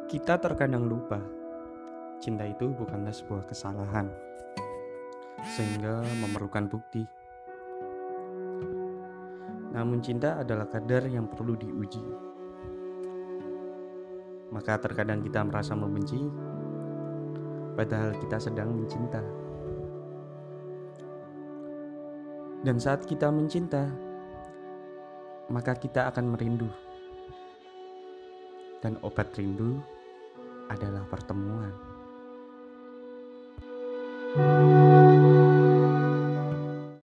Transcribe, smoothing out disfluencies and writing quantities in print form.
Kita terkadang lupa, cinta itu bukanlah sebuah kesalahan, sehingga memerlukan bukti. Namun cinta adalah kadar yang perlu diuji. Maka terkadang kita merasa membenci, padahal kita sedang mencinta. Dan saat kita mencinta, maka kita akan merindu. Dan obat rindu adalah pertemuan.